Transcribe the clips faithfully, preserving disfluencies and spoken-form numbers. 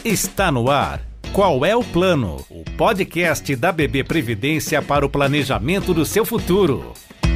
Está no ar. Qual é o plano? O podcast da B B Previdência para o planejamento do seu futuro.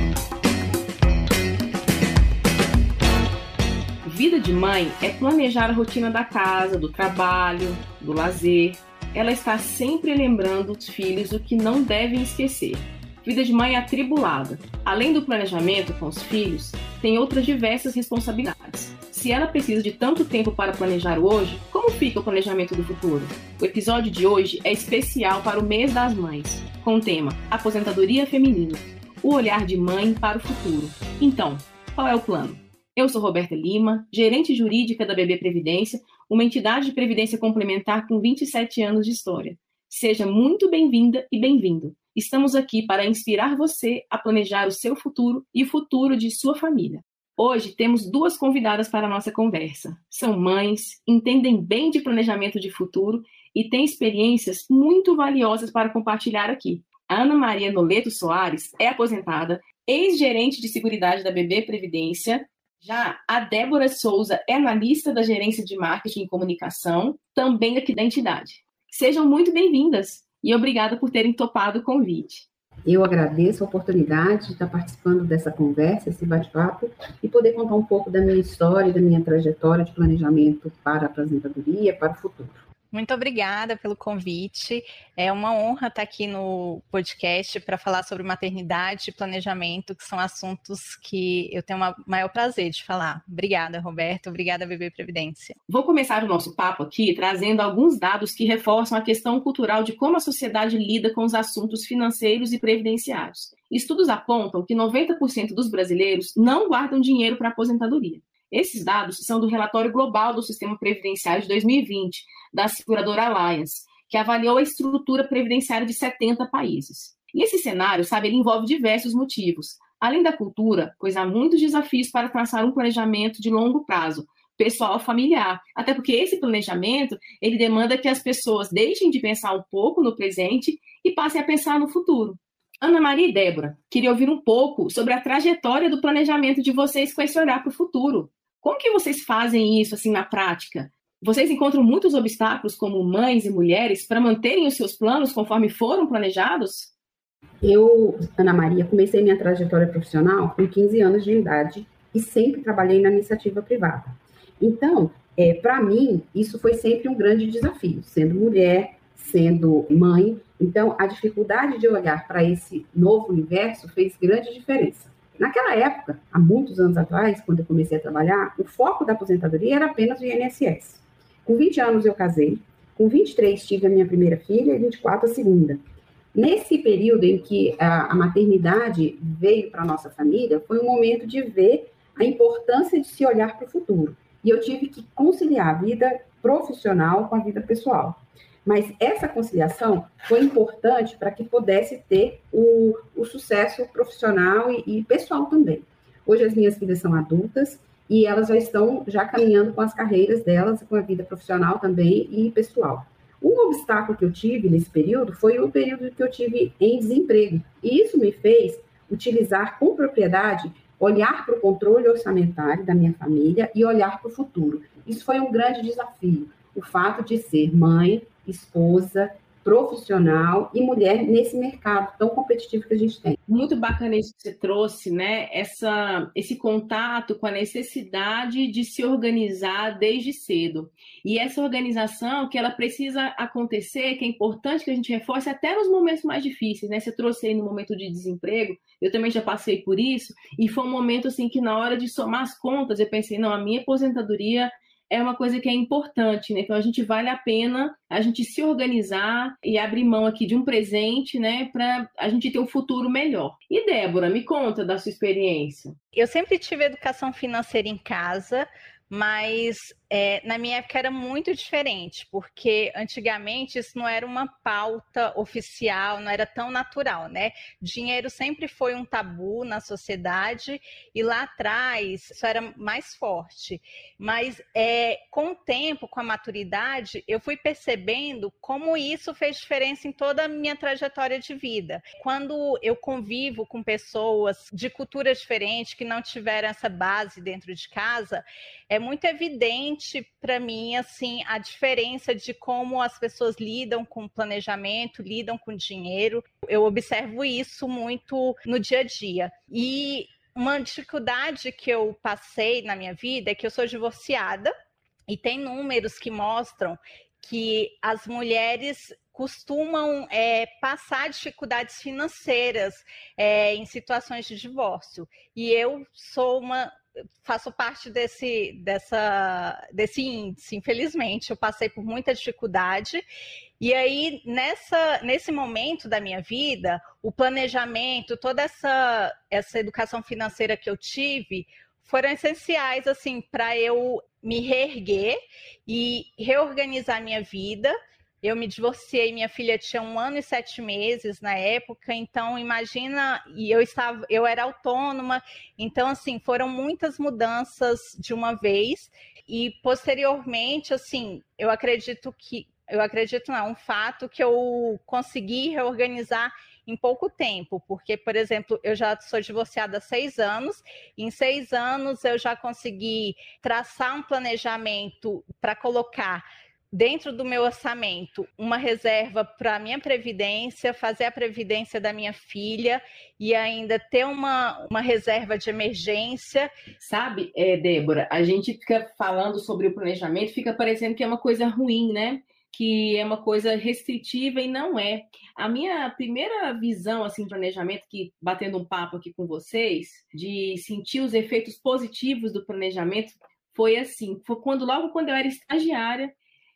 Vida de mãe é planejar a rotina da casa, do trabalho, do lazer. Ela está sempre lembrando os filhos o que não devem esquecer. Vida de mãe é atribulada. Além do planejamento com os filhos, tem outras diversas responsabilidades. Se ela precisa de tanto tempo para planejar o hoje, como fica o planejamento do futuro? O episódio de hoje é especial para o mês das mães, com o tema Aposentadoria Feminina, o olhar de mãe para o futuro. Então, qual é o plano? Eu sou Roberta Lima, gerente jurídica da B B Previdência, uma entidade de previdência complementar com vinte e sete anos de história. Seja muito bem-vinda e bem-vindo. Estamos aqui para inspirar você a planejar o seu futuro e o futuro de sua família. Hoje temos duas convidadas para a nossa conversa. São mães, entendem bem de planejamento de futuro e têm experiências muito valiosas para compartilhar aqui. A Ana Maria Noleto Soares é aposentada, ex-gerente de seguridade da B B Previdência. Já a Débora Souza é analista da gerência de marketing e comunicação, também aqui da entidade. Sejam muito bem-vindas e obrigada por terem topado o convite. Eu agradeço a oportunidade de estar participando dessa conversa, esse bate-papo, e poder contar um pouco da minha história e da minha trajetória de planejamento para a aposentadoria, para o futuro. Muito obrigada pelo convite. É uma honra estar aqui no podcast para falar sobre maternidade e planejamento, que são assuntos que eu tenho o maior prazer de falar. Obrigada, Roberto. Obrigada, B B Previdência. Vou começar o nosso papo aqui trazendo alguns dados que reforçam a questão cultural de como a sociedade lida com os assuntos financeiros e previdenciários. Estudos apontam que noventa por cento dos brasileiros não guardam dinheiro para a aposentadoria. Esses dados são do relatório global do Sistema Previdenciário de dois mil e vinte, da seguradora Allianz, que avaliou a estrutura previdenciária de setenta países. E esse cenário, sabe, ele envolve diversos motivos. Além da cultura, pois há muitos desafios para traçar um planejamento de longo prazo, pessoal familiar. Até porque esse planejamento, ele demanda que as pessoas deixem de pensar um pouco no presente e passem a pensar no futuro. Ana Maria e Débora, queria ouvir um pouco sobre a trajetória do planejamento de vocês com esse olhar para o futuro. Como que vocês fazem isso assim na prática? Vocês encontram muitos obstáculos como mães e mulheres para manterem os seus planos conforme foram planejados? Eu, Ana Maria, comecei minha trajetória profissional com quinze anos de idade e sempre trabalhei na iniciativa privada. Então, é, para mim, isso foi sempre um grande desafio, sendo mulher, sendo mãe. Então, a dificuldade de olhar para esse novo universo fez grande diferença. Naquela época, há muitos anos atrás, quando eu comecei a trabalhar, o foco da aposentadoria era apenas o I N S S. Com vinte anos eu casei, com vinte e três tive a minha primeira filha e vinte e quatro a segunda. Nesse período em que a, a maternidade veio para a nossa família, foi um momento de ver a importância de se olhar para o futuro. E eu tive que conciliar a vida profissional com a vida pessoal. Mas essa conciliação foi importante para que pudesse ter o, o sucesso profissional e, e pessoal também. Hoje as minhas filhas são adultas e elas já estão já caminhando com as carreiras delas, com a vida profissional também e pessoal. Um obstáculo que eu tive nesse período foi o período que eu tive em desemprego. E isso me fez utilizar com propriedade, olhar para o controle orçamentário da minha família e olhar para o futuro. Isso foi um grande desafio. O fato de ser mãe, esposa, profissional e mulher nesse mercado tão competitivo que a gente tem. Muito bacana isso que você trouxe, né? Essa, esse contato com a necessidade de se organizar desde cedo. E essa organização que ela precisa acontecer, que é importante que a gente reforce até nos momentos mais difíceis, né? Você trouxe aí no momento de desemprego, eu também já passei por isso, e foi um momento assim que na hora de somar as contas, eu pensei, não, a minha aposentadoria é uma coisa que é importante, né? Então a gente vale a pena a gente se organizar e abrir mão aqui de um presente, né? Para a gente ter um futuro melhor. E Débora, me conta da sua experiência. Eu sempre tive educação financeira em casa, mas é, na minha época era muito diferente, porque antigamente isso não era uma pauta oficial, não era tão natural, né? Dinheiro sempre foi um tabu na sociedade e lá atrás isso era mais forte. Mas é, com o tempo, com a maturidade, eu fui percebendo percebendo como isso fez diferença em toda a minha trajetória de vida. Quando eu convivo com pessoas de culturas diferentes, que não tiveram essa base dentro de casa, é muito evidente para mim assim, a diferença de como as pessoas lidam com planejamento, lidam com dinheiro. Eu observo isso muito no dia a dia. E uma dificuldade que eu passei na minha vida é que eu sou divorciada e tem números que mostram que as mulheres costumam é, passar dificuldades financeiras é, em situações de divórcio. E eu sou uma... faço parte desse, dessa, desse índice, infelizmente. Eu passei por muita dificuldade. E aí, nessa, nesse momento da minha vida, o planejamento, toda essa, essa educação financeira que eu tive, foram essenciais assim, para eu me reerguer e reorganizar minha vida. Eu me divorciei, minha filha tinha um ano e sete meses na época, então imagina, e eu estava, eu era autônoma, então assim, foram muitas mudanças de uma vez, e posteriormente, assim, eu acredito que, eu acredito não, um fato que eu consegui reorganizar em pouco tempo, porque, por exemplo, eu já sou divorciada há seis anos, e em seis anos eu já consegui traçar um planejamento para colocar dentro do meu orçamento uma reserva para a minha previdência, fazer a previdência da minha filha e ainda ter uma, uma reserva de emergência. Sabe, é, Débora, a gente fica falando sobre o planejamento, fica parecendo que é uma coisa ruim, né? Que é uma coisa restritiva e não é. A minha primeira visão assim, de planejamento, que batendo um papo aqui com vocês, de sentir os efeitos positivos do planejamento, foi assim, foi quando, logo quando eu era estagiária,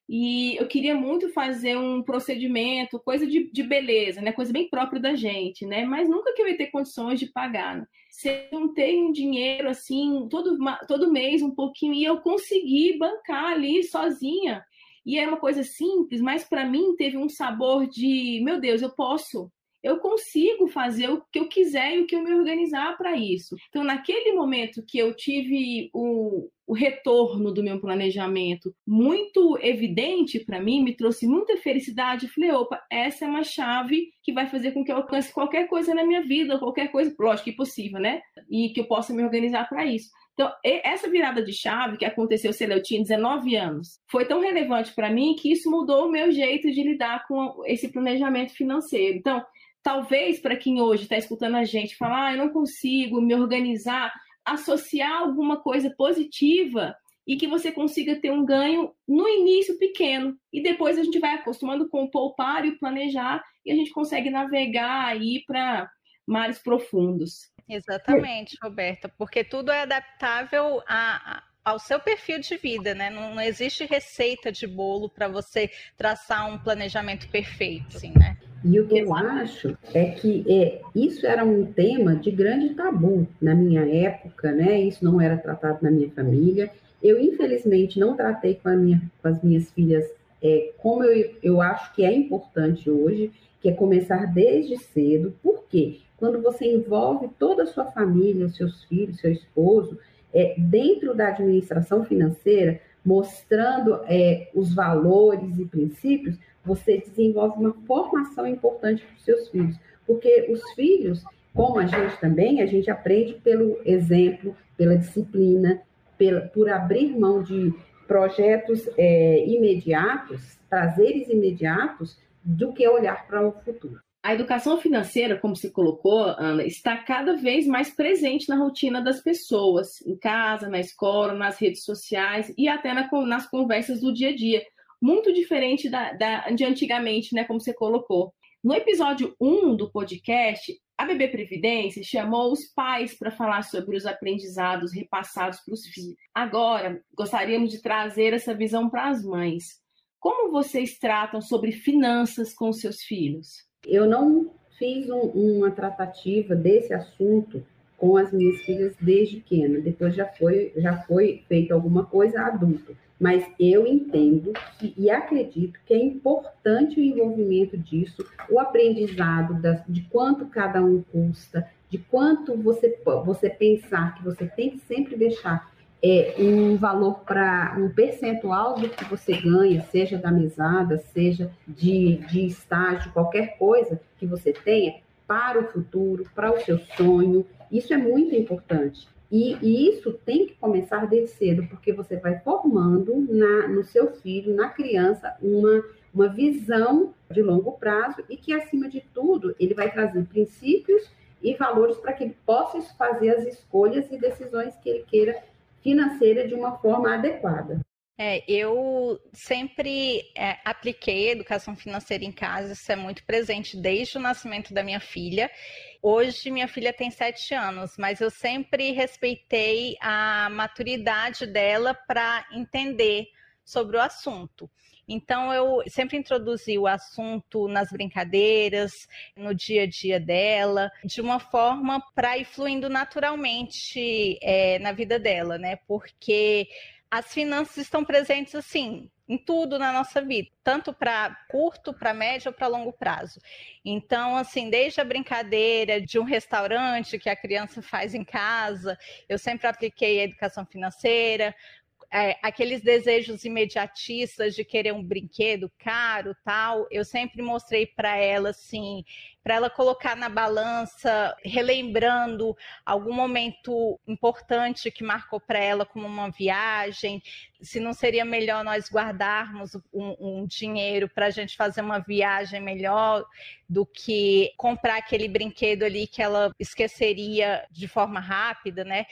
e eu queria muito fazer um procedimento, coisa de, de beleza, né? Coisa bem própria da gente, né? Mas nunca que eu ia ter condições de pagar. Né? Se eu não tenho um dinheiro assim, todo, todo mês um pouquinho, e eu consegui bancar ali sozinha. E é uma coisa simples, mas para mim teve um sabor de, meu Deus, eu posso, eu consigo fazer o que eu quiser e o que eu me organizar para isso. Então, naquele momento que eu tive o, o retorno do meu planejamento muito evidente para mim, me trouxe muita felicidade. Eu falei, opa, essa é uma chave que vai fazer com que eu alcance qualquer coisa na minha vida, qualquer coisa, lógico que possível, né? E que eu possa me organizar para isso. Então, essa virada de chave que aconteceu, sei lá, eu tinha dezenove anos, foi tão relevante para mim que isso mudou o meu jeito de lidar com esse planejamento financeiro. Então, talvez para quem hoje está escutando a gente falar, ah, eu não consigo me organizar, associar alguma coisa positiva e que você consiga ter um ganho no início pequeno. E depois a gente vai acostumando com o poupar e o planejar e a gente consegue navegar aí para mares profundos. Exatamente, Roberta, porque tudo é adaptável a, a, ao seu perfil de vida, né? Não, não existe receita de bolo para você traçar um planejamento perfeito, assim, né? E o que eu acho é que é, isso era um tema de grande tabu na minha época, né? Isso não era tratado na minha família. Eu, infelizmente, não tratei com, a minha, com as minhas filhas é, como eu, eu acho que é importante hoje, que é começar desde cedo. Por quê? Quando você envolve toda a sua família, os seus filhos, seu esposo, é, dentro da administração financeira, mostrando é, os valores e princípios, você desenvolve uma formação importante para os seus filhos. Porque os filhos, como a gente também, a gente aprende pelo exemplo, pela disciplina, pela, por abrir mão de projetos é, imediatos, prazeres imediatos, do que olhar para o futuro. A educação financeira, como você colocou, Ana, está cada vez mais presente na rotina das pessoas, em casa, na escola, nas redes sociais e até na, nas conversas do dia a dia. Muito diferente da, da, de antigamente, né, como você colocou. No episódio um do podcast, a B B Previdência chamou os pais para falar sobre os aprendizados repassados para os filhos. Agora, gostaríamos de trazer essa visão para as mães. Como vocês tratam sobre finanças com os seus filhos? Eu não fiz um, uma tratativa desse assunto com as minhas filhas desde pequena. Depois já foi, já foi feita alguma coisa adulto. Mas eu entendo que, e acredito que é importante o envolvimento disso, o aprendizado das, de quanto cada um custa, de quanto você, você pensar que você tem que sempre deixar é, um valor para um percentual do que você ganha, seja da mesada, seja de, de estágio, qualquer coisa que você tenha, para o futuro, para o seu sonho. Isso é muito importante. E, e isso tem que começar desde cedo, porque você vai formando na, no seu filho, na criança, uma, uma visão de longo prazo e que, acima de tudo, ele vai trazer princípios e valores para que ele possa fazer as escolhas e decisões que ele queira financeira de uma forma adequada. É, eu sempre é, apliquei educação financeira em casa, isso é muito presente desde o nascimento da minha filha. Hoje minha filha tem sete anos, mas eu sempre respeitei a maturidade dela para entender sobre o assunto. Então, eu sempre introduzi o assunto nas brincadeiras, no dia a dia dela, de uma forma para ir fluindo naturalmente é, na vida dela, né? Porque as finanças estão presentes, assim, em tudo na nossa vida, tanto para curto, para médio ou para longo prazo. Então, assim, desde a brincadeira de um restaurante que a criança faz em casa, eu sempre apliquei a educação financeira. É, aqueles desejos imediatistas de querer um brinquedo caro, tal, eu sempre mostrei para ela, assim, para ela colocar na balança, relembrando algum momento importante que marcou para ela, como uma viagem, se não seria melhor nós guardarmos um, um dinheiro para a gente fazer uma viagem melhor do que comprar aquele brinquedo ali que ela esqueceria de forma rápida, né?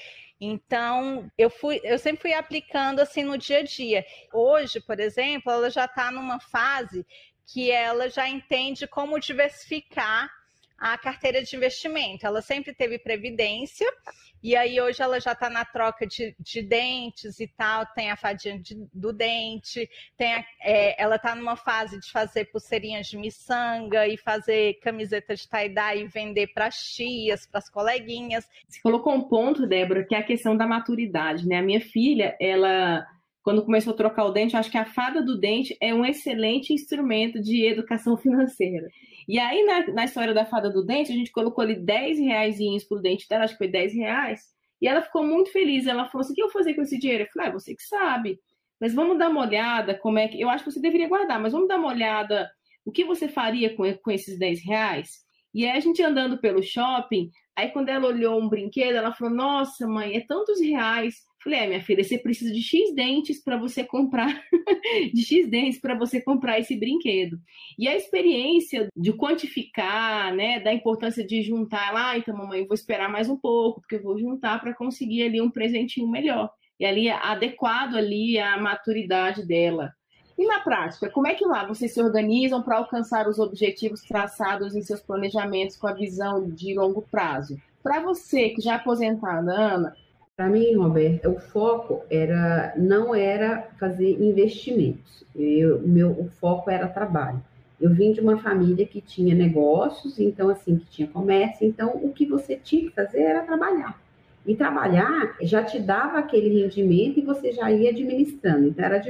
Então, eu, fui, eu sempre fui aplicando assim no dia a dia. Hoje, por exemplo, ela já está numa fase que ela já entende como diversificar a carteira de investimento. Ela sempre teve previdência, e aí hoje ela já está na troca de, de dentes e tal, tem a fadinha de, do dente, tem a, é, ela está numa fase de fazer pulseirinhas de miçanga e fazer camiseta de tie-dye e vender para as tias, para as coleguinhas. Você colocou um ponto, Débora, que é a questão da maturidade, né? A minha filha, ela, quando começou a trocar o dente, eu acho que a fada do dente é um excelente instrumento de educação financeira. E aí, na, na história da fada do dente, a gente colocou ali dez reaisinhos pro dente dela, acho que foi dez reais, e ela ficou muito feliz. Ela falou assim, o que eu vou fazer com esse dinheiro? Eu falei, ah, você que sabe, mas vamos dar uma olhada como é que... Eu acho que você deveria guardar, mas vamos dar uma olhada o que você faria com, com esses dez reais? E aí a gente andando pelo shopping, aí quando ela olhou um brinquedo, ela falou, nossa, mãe, é tantos reais. Falei, é, minha filha, você precisa de X dentes para você comprar, de X dentes para você comprar esse brinquedo. E a experiência de quantificar, né, da importância de juntar lá, ah, então, mamãe, eu vou esperar mais um pouco, porque eu vou juntar para conseguir ali um presentinho melhor. E ali, adequado ali à maturidade dela. E na prática, como é que lá vocês se organizam para alcançar os objetivos traçados em seus planejamentos com a visão de longo prazo? Para você que já é aposentada, Ana... Para mim, Roberto, o foco era, não era fazer investimentos. Eu, meu, o foco era trabalho. Eu vim de uma família que tinha negócios, então assim, que tinha comércio, então o que você tinha que fazer era trabalhar. E trabalhar já te dava aquele rendimento e você já ia administrando. Então era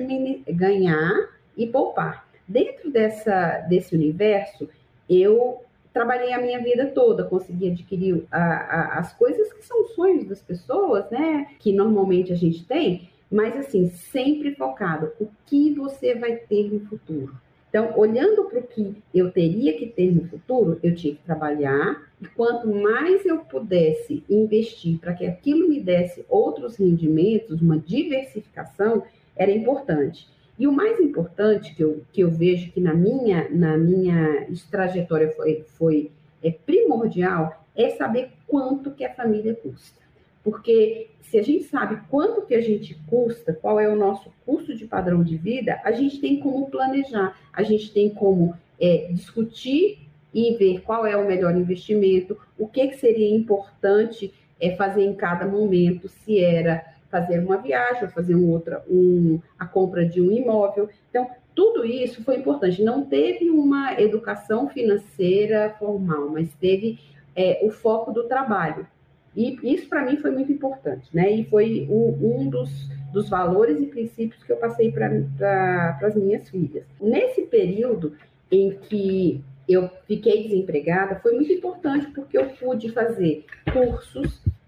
ganhar e poupar. Dentro dessa, desse universo, eu trabalhei a minha vida toda, consegui adquirir a, a, as coisas que são sonhos das pessoas, né? Que normalmente a gente tem, mas assim, sempre focado. O que você vai ter no futuro? Então, olhando para o que eu teria que ter no futuro, eu tinha que trabalhar, e quanto mais eu pudesse investir para que aquilo me desse outros rendimentos, uma diversificação, era importante. E o mais importante que eu, que eu vejo que na minha, na minha trajetória foi, foi é, primordial é saber quanto que a família custa. Porque se a gente sabe quanto que a gente custa, qual é o nosso custo de padrão de vida, a gente tem como planejar, a gente tem como é, discutir e ver qual é o melhor investimento, o que, que seria importante é, fazer em cada momento, se era fazer uma viagem, ou fazer um outra, um, a compra de um imóvel. Então, tudo isso foi importante. Não teve uma educação financeira formal, mas teve é, o foco do trabalho. E isso, para mim, foi muito importante, né? E foi o, um dos, dos valores e princípios que eu passei para pra, as minhas filhas. Nesse período em que eu fiquei desempregada, foi muito importante, porque eu pude fazer cursos,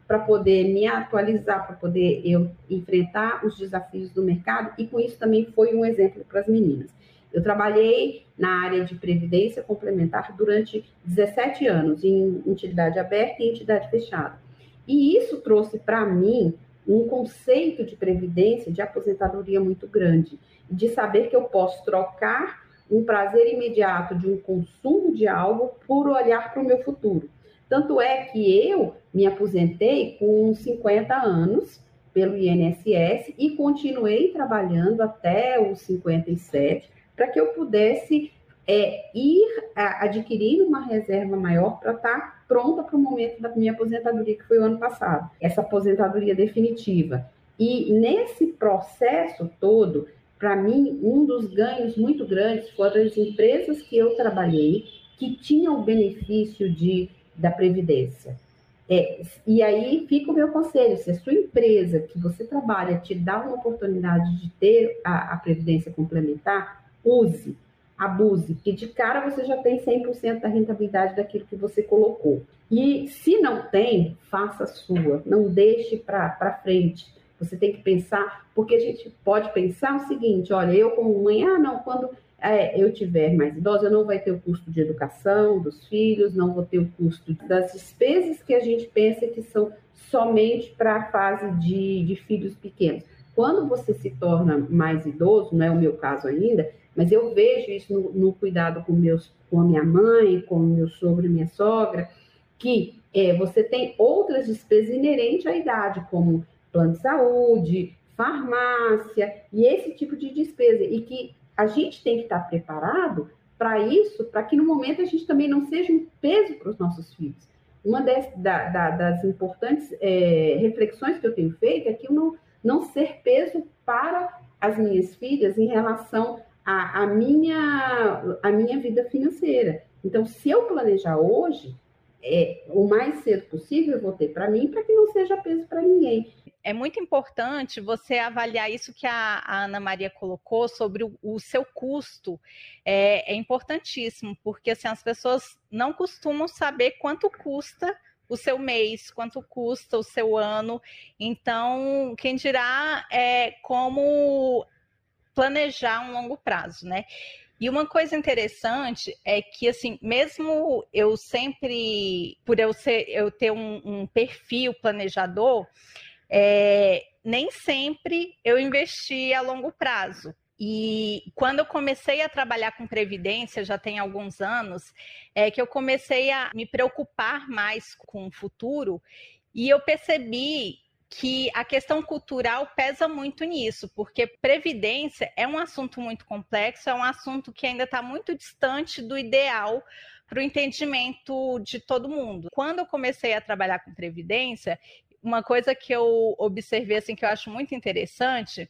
para poder me atualizar, para poder eu enfrentar os desafios do mercado, e com isso também foi um exemplo para as meninas. Eu trabalhei na área de previdência complementar durante dezessete anos, em entidade aberta e entidade fechada. E isso trouxe para mim um conceito de previdência, de aposentadoria muito grande, de saber que eu posso trocar um prazer imediato de um consumo de algo por olhar para o meu futuro. Tanto é que eu me aposentei com cinquenta anos pelo I N S S e continuei trabalhando até os cinquenta e sete para que eu pudesse é, ir a, adquirir uma reserva maior para estar pronta para o momento da minha aposentadoria, que foi o ano passado, essa aposentadoria definitiva. E nesse processo todo, para mim, um dos ganhos muito grandes foram as empresas que eu trabalhei, que tinham o benefício de, da Previdência. É, e aí fica o meu conselho: se a sua empresa que você trabalha te dá uma oportunidade de ter a, a Previdência complementar, use, abuse, porque de cara você já tem cem por cento da rentabilidade daquilo que você colocou. E se não tem, faça a sua, não deixe para frente. Você tem que pensar, porque a gente pode pensar o seguinte: olha, eu como mãe, ah, não, quando é, eu tiver mais idosa, eu não vai ter o custo de educação dos filhos, não vou ter o custo das despesas que a gente pensa que são somente para a fase de, de filhos pequenos. Quando você se torna mais idoso, não é o meu caso ainda, mas eu vejo isso no, no cuidado com, meus, com a minha mãe, com o meu sogro e minha sogra, que é, você tem outras despesas inerentes à idade, como plano de saúde, farmácia e esse tipo de despesa, e que a gente tem que estar preparado para isso, para que no momento a gente também não seja um peso para os nossos filhos. Uma das, da, da, das importantes é, reflexões que eu tenho feito é que eu não, não ser peso para as minhas filhas em relação à, à, minha, à minha vida financeira. Então, se eu planejar hoje, é, o mais cedo possível eu vou ter para mim, para que não seja peso para ninguém. É muito importante você avaliar isso que a, a Ana Maria colocou sobre o, o seu custo. É, é importantíssimo, porque assim, as pessoas não costumam saber quanto custa o seu mês, quanto custa o seu ano. Então, quem dirá é como planejar um longo prazo, né? E uma coisa interessante é que, assim, mesmo eu sempre, por eu, ser, eu ter um, um perfil planejador, é, nem sempre eu investi a longo prazo. E quando eu comecei a trabalhar com previdência, já tem alguns anos, é que eu comecei a me preocupar mais com o futuro, e eu percebi que a questão cultural pesa muito nisso, porque previdência é um assunto muito complexo, é um assunto que ainda está muito distante do ideal para o entendimento de todo mundo. Quando eu comecei a trabalhar com previdência, uma coisa que eu observei, assim, que eu acho muito interessante,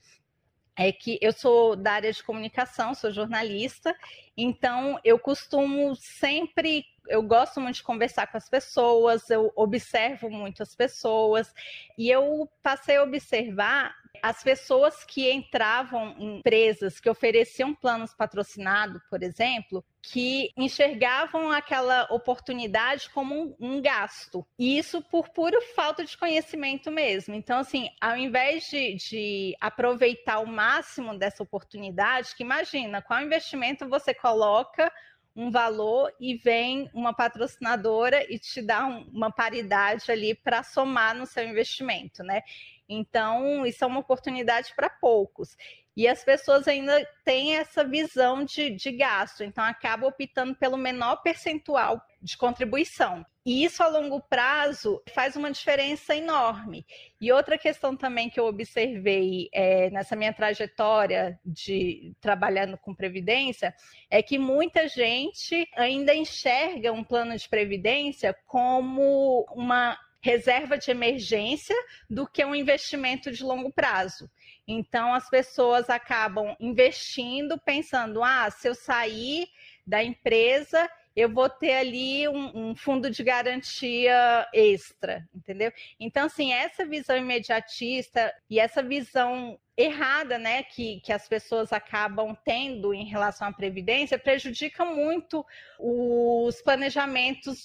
é que eu sou da área de comunicação, sou jornalista, então eu costumo sempre, eu gosto muito de conversar com as pessoas, eu observo muito as pessoas, e eu passei a observar as pessoas que entravam em empresas que ofereciam planos patrocinados, por exemplo, que enxergavam aquela oportunidade como um, um gasto. E isso por pura falta de conhecimento mesmo. Então, assim, ao invés de, de aproveitar o máximo dessa oportunidade, que imagina, qual investimento você coloca um valor e vem uma patrocinadora e te dá um, uma paridade ali para somar no seu investimento, né? Então, isso é uma oportunidade para poucos. E as pessoas ainda têm essa visão de, de gasto, então acabam optando pelo menor percentual de contribuição. E isso a longo prazo faz uma diferença enorme. E outra questão também que eu observei é, nessa minha trajetória de trabalhando com previdência é que muita gente ainda enxerga um plano de previdência como uma reserva de emergência do que um investimento de longo prazo. Então, as pessoas acabam investindo pensando, ah, se eu sair da empresa, eu vou ter ali um, um fundo de garantia extra, entendeu? Então, assim, essa visão imediatista e essa visão errada, né, que, que as pessoas acabam tendo em relação à previdência prejudica muito os planejamentos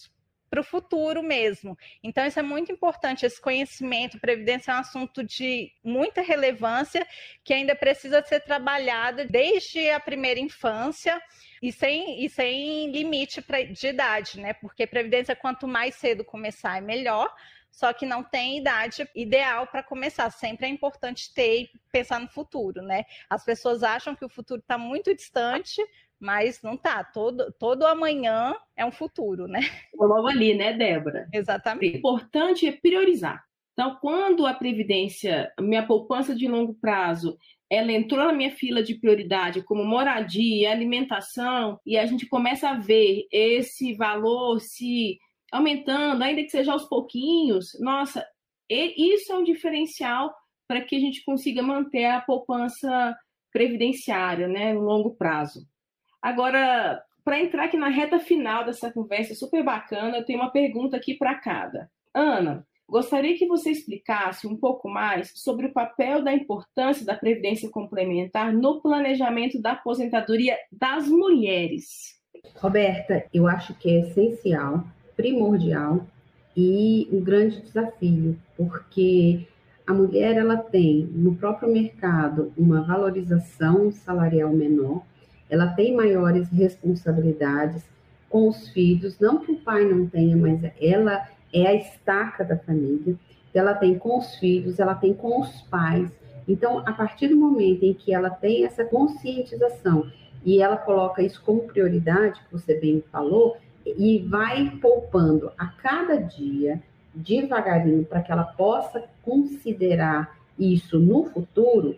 para o futuro mesmo. Então, isso é muito importante, esse conhecimento. Previdência é um assunto de muita relevância, que ainda precisa ser trabalhado desde a primeira infância, e sem, e sem limite pra, de idade, né? Porque previdência, quanto mais cedo começar, é melhor, só que não tem idade ideal para começar. Sempre é importante ter e pensar no futuro, né? As pessoas acham que o futuro está muito distante, mas não está. Todo, todo amanhã é um futuro, né? Logo ali, né, Débora? Exatamente. O importante é priorizar. Então, quando a Previdência, minha poupança de longo prazo, ela entrou na minha fila de prioridade como moradia, alimentação, e a gente começa a ver esse valor se aumentando, ainda que seja aos pouquinhos, nossa, isso é um diferencial para que a gente consiga manter a poupança previdenciária, né, no longo prazo. Agora, para entrar aqui na reta final dessa conversa super bacana, eu tenho uma pergunta aqui para cada. Ana, gostaria que você explicasse um pouco mais sobre o papel da importância da previdência complementar no planejamento da aposentadoria das mulheres. Roberta, eu acho que é essencial, primordial e um grande desafio, porque a mulher ela tem no próprio mercado uma valorização salarial menor, ela tem maiores responsabilidades com os filhos, não que o pai não tenha, mas ela é a estaca da família, ela tem com os filhos, ela tem com os pais. Então, a partir do momento em que ela tem essa conscientização e ela coloca isso como prioridade, que você bem falou, e vai poupando a cada dia, devagarinho, para que ela possa considerar isso no futuro,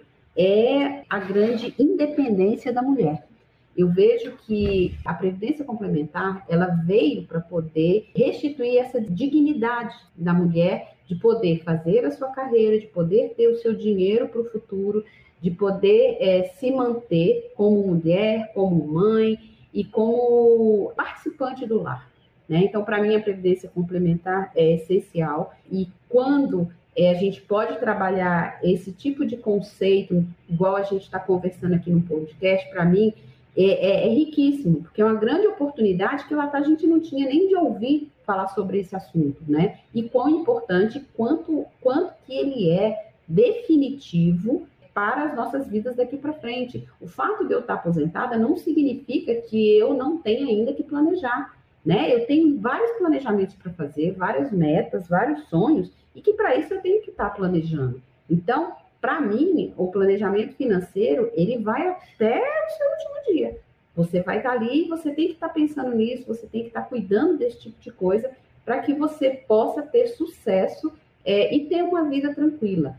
é a grande independência da mulher. Eu vejo que a Previdência Complementar, ela veio para poder restituir essa dignidade da mulher de poder fazer a sua carreira, de poder ter o seu dinheiro para o futuro, de poder é, se manter como mulher, como mãe e como participante do lar, né? Então, para mim, a Previdência Complementar é essencial e quando é, a gente pode trabalhar esse tipo de conceito, igual a gente está conversando aqui no podcast, para mim, É, é, é riquíssimo, porque é uma grande oportunidade que lá tá, a gente não tinha nem de ouvir falar sobre esse assunto, né? E quão importante, quanto, quanto que ele é definitivo para as nossas vidas daqui para frente. O fato de eu estar aposentada não significa que eu não tenha ainda que planejar, né? Eu tenho vários planejamentos para fazer, várias metas, vários sonhos, e que para isso eu tenho que estar planejando. Então, para mim, o planejamento financeiro, ele vai até o seu último dia. Você vai estar ali, você tem que estar pensando nisso, você tem que estar cuidando desse tipo de coisa para que você possa ter sucesso é, e ter uma vida tranquila.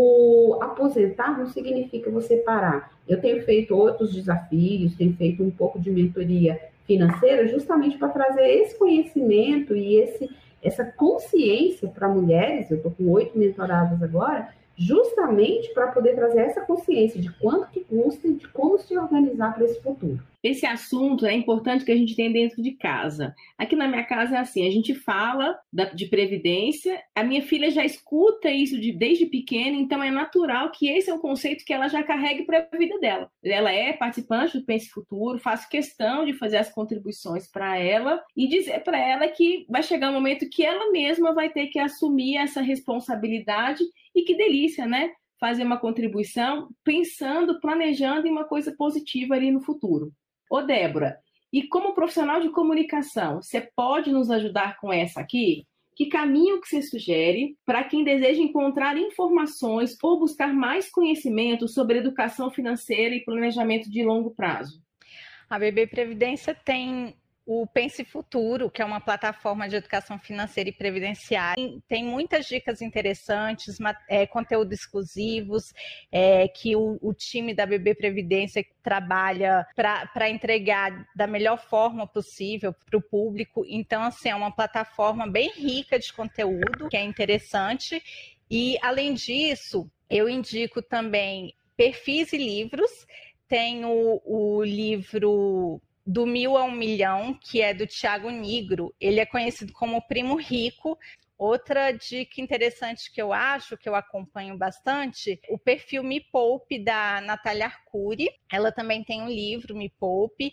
O aposentar não significa você parar. Eu tenho feito outros desafios, tenho feito um pouco de mentoria financeira justamente para trazer esse conhecimento e esse, essa consciência para mulheres. Eu estou com oito mentoradas agora, justamente para poder trazer essa consciência de quanto que custa e de como se organizar para esse futuro. Esse assunto é importante que a gente tenha dentro de casa. Aqui na minha casa é assim, a gente fala de previdência, a minha filha já escuta isso de, desde pequena, então é natural que esse é um conceito que ela já carregue para a vida dela. Ela é participante do Pense Futuro, faço questão de fazer as contribuições para ela e dizer para ela que vai chegar um momento que ela mesma vai ter que assumir essa responsabilidade e que delícia, né? Fazer uma contribuição pensando, planejando em uma coisa positiva ali no futuro. Ô, Débora, e como profissional de comunicação, você pode nos ajudar com essa aqui? Que caminho que você sugere para quem deseja encontrar informações ou buscar mais conhecimento sobre educação financeira e planejamento de longo prazo? A B B Previdência tem o Pense Futuro, que é uma plataforma de educação financeira e previdenciária. Tem muitas dicas interessantes, é, conteúdos exclusivos, é, que o, o time da B B Previdência trabalha para entregar da melhor forma possível para o público. Então, assim, é uma plataforma bem rica de conteúdo, que é interessante. E, além disso, eu indico também perfis e livros. Tem o, o livro Do Mil a Um Milhão, que é do Thiago Nigro. Ele é conhecido como Primo Rico. Outra dica interessante que eu acho, que eu acompanho bastante, o perfil Me Poupe, da Natália Arcuri. Ela também tem um livro, Me Poupe,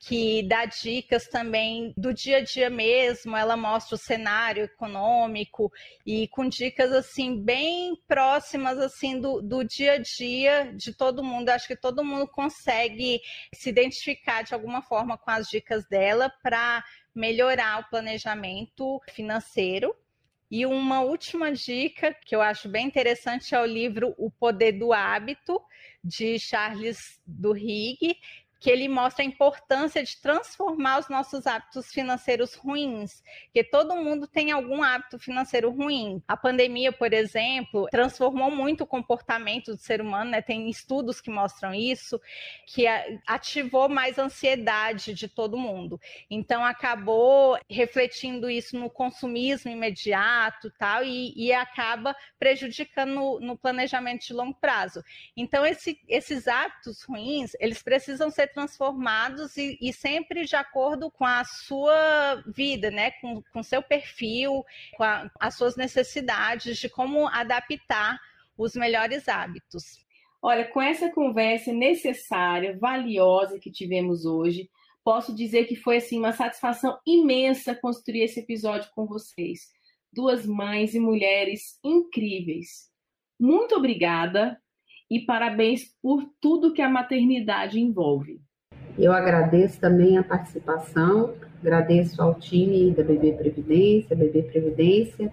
que dá dicas também do dia a dia mesmo, ela mostra o cenário econômico e com dicas assim bem próximas assim do, do dia a dia de todo mundo. Acho que todo mundo consegue se identificar de alguma forma com as dicas dela para melhorar o planejamento financeiro. E uma última dica que eu acho bem interessante é o livro O Poder do Hábito, de Charles Duhigg, que ele mostra a importância de transformar os nossos hábitos financeiros ruins, porque todo mundo tem algum hábito financeiro ruim. A pandemia, por exemplo, transformou muito o comportamento do ser humano, né? Tem estudos que mostram isso, que ativou mais a ansiedade de todo mundo. Então, acabou refletindo isso no consumismo imediato tal, e, e acaba prejudicando no, no planejamento de longo prazo. Então, esse, esses hábitos ruins, eles precisam ser transformados e, e sempre de acordo com a sua vida, né? Com o seu perfil, com a, as suas necessidades, de como adaptar os melhores hábitos. Olha, com essa conversa necessária, valiosa que tivemos hoje, posso dizer que foi assim, uma satisfação imensa construir esse episódio com vocês. Duas mães e mulheres incríveis. Muito obrigada. E parabéns por tudo que a maternidade envolve. Eu agradeço também a participação, agradeço ao time da B B Previdência, B B Previdência,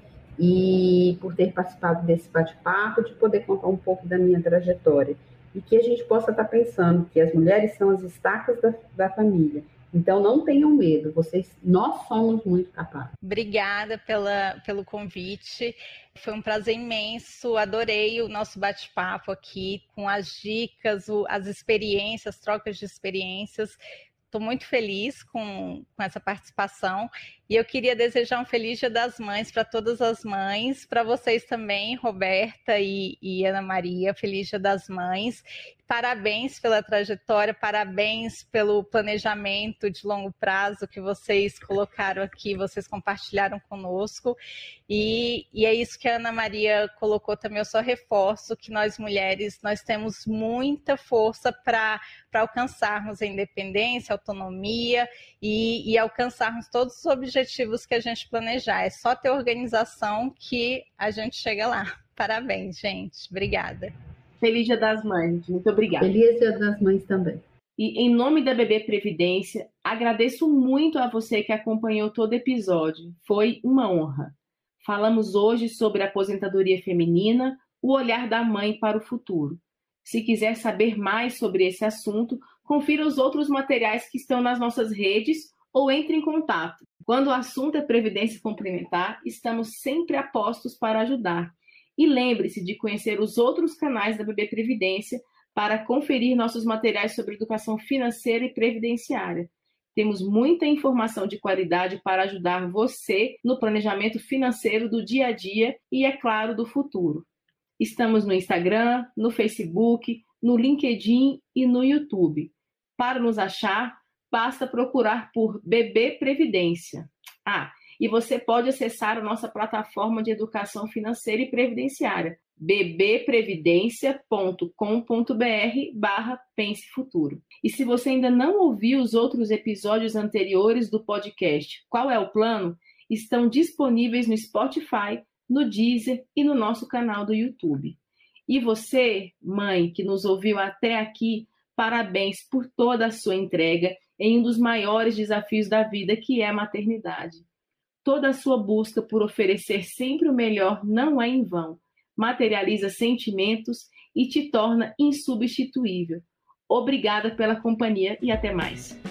e por ter participado desse bate-papo, de poder contar um pouco da minha trajetória. E que a gente possa estar pensando que as mulheres são as estacas da, da família. Então, não tenham medo, vocês, nós somos muito capazes. Obrigada pela, pelo convite, foi um prazer imenso, adorei o nosso bate-papo aqui, com as dicas, o, as experiências, trocas de experiências. Estou muito feliz com, com essa participação e eu queria desejar um feliz Dia das Mães para todas as mães, para vocês também, Roberta e, e Ana Maria, feliz Dia das Mães. Parabéns pela trajetória, parabéns pelo planejamento de longo prazo que vocês colocaram aqui, vocês compartilharam conosco. E, e é isso que a Ana Maria colocou também, eu só reforço que nós mulheres, nós temos muita força para para alcançarmos a independência, a autonomia e, e alcançarmos todos os objetivos que a gente planejar. É só ter organização que a gente chega lá. Parabéns, gente. Obrigada. Feliz Dia das Mães. Muito obrigada. Feliz Dia das Mães também. E em nome da B B Previdência, agradeço muito a você que acompanhou todo o episódio. Foi uma honra. Falamos hoje sobre a aposentadoria feminina, o olhar da mãe para o futuro. Se quiser saber mais sobre esse assunto, confira os outros materiais que estão nas nossas redes ou entre em contato. Quando o assunto é previdência complementar, estamos sempre a postos para ajudar. E lembre-se de conhecer os outros canais da B B Previdência para conferir nossos materiais sobre educação financeira e previdenciária. Temos muita informação de qualidade para ajudar você no planejamento financeiro do dia a dia e, é claro, do futuro. Estamos no Instagram, no Facebook, no LinkedIn e no YouTube. Para nos achar, basta procurar por B B Previdência. Ah, e você pode acessar a nossa plataforma de educação financeira e previdenciária, b b previdência ponto com ponto b r barra pense futuro. E se você ainda não ouviu os outros episódios anteriores do podcast Qual é o Plano? Estão disponíveis no Spotify, no Deezer e no nosso canal do YouTube. E você, mãe, que nos ouviu até aqui, parabéns por toda a sua entrega em um dos maiores desafios da vida, que é a maternidade. Toda a sua busca por oferecer sempre o melhor não é em vão. Materializa sentimentos e te torna insubstituível. Obrigada pela companhia e até mais.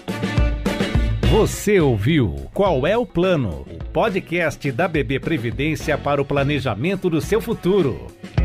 Você ouviu Qual é o Plano? O podcast da B B Previdência para o planejamento do seu futuro.